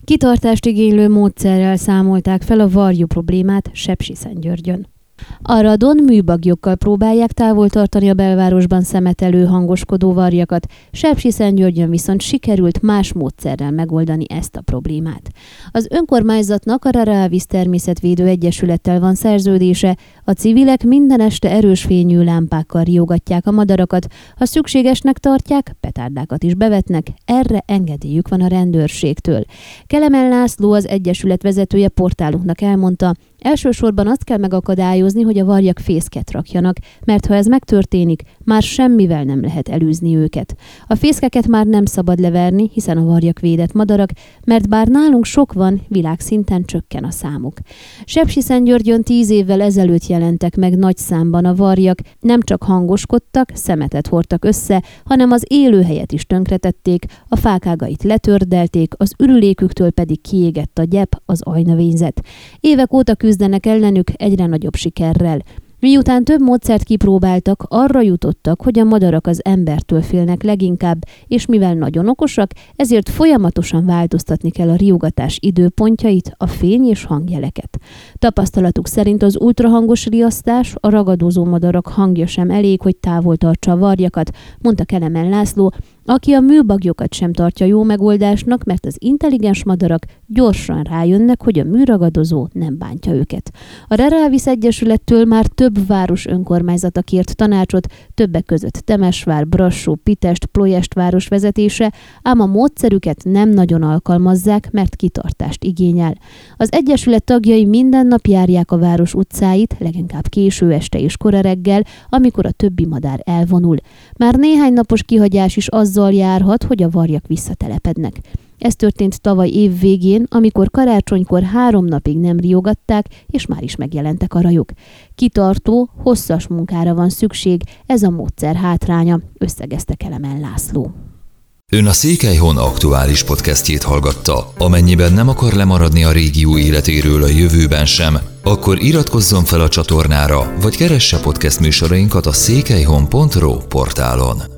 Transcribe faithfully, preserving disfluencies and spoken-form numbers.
Kitartást igénylő módszerrel számolták fel a varjú problémát Sepsiszentgyörgyön. A radon műbagyokkal próbálják távol tartani a belvárosban szemetelő, hangoskodó varjakat, Sepsiszentgyörgyön viszont sikerült más módszerrel megoldani ezt a problémát. Az önkormányzatnak a Raravis Természetvédő Egyesülettel van szerződése, a civilek minden este erős fényű lámpákkal riogatják a madarakat, ha szükségesnek tartják, petárdákat is bevetnek, erre engedélyük van a rendőrségtől. Kelemen László, az egyesület vezetője portálunknak elmondta, elsősorban azt kell megakadályozni, hogy a varjak fészket rakjanak, mert ha ez megtörténik, már semmivel nem lehet elűzni őket. A fészkeket már nem szabad leverni, hiszen a varjak védett madarak, mert bár nálunk sok van, világszinten csökken a számuk. Sepsiszentgyörgyön tíz évvel ezelőtt jelentek meg nagy számban a varjak, nem csak hangoskodtak, szemetet hordtak össze, hanem az élőhelyet is tönkretették, a fákágait letördelték, az ürüléküktől pedig kiégett a gyep, az ajnövényzet. Évek óta küzdenek ellenük egyre nagyobb sikerrel. Miután több módszert kipróbáltak, arra jutottak, hogy a madarak az embertől félnek leginkább, és mivel nagyon okosak, ezért folyamatosan változtatni kell a riogatás időpontjait, a fény és hangjeleket. Tapasztalatuk szerint az ultrahangos riasztás, a ragadozó madarak hangja sem elég, hogy távol tartsa a varjakat, mondta Kelemen László, aki a műbagyokat sem tartja jó megoldásnak, mert az intelligens madarak gyorsan rájönnek, hogy a műragadozó nem bántja őket. A Raravis Egyesülettől már több város önkormányzata kért tanácsot, többek között Temesvár, Brassó, Pitest, Ploiest város vezetése, ám a módszerüket nem nagyon alkalmazzák, mert kitartást igényel. Az egyesület tagjai minden nap járják a város utcáit, leginkább késő este és kora reggel, amikor a többi madár elvonul. Már néhány napos kihagyás is azzal járhat, hogy a varjak visszatelepednek. Ez történt tavaly év végén, amikor karácsonykor három napig nem riogatták, és már is megjelentek a rajok. Kitartó, hosszas munkára van szükség, ez a módszer hátránya, összegezte Kelemen László. Ön a Székelyhon aktuális podcastjét hallgatta. Amennyiben nem akar lemaradni a régió életéről a jövőben sem, akkor iratkozzon fel a csatornára, vagy keresse podcast műsorainkat a székelyhon pont ro portálon.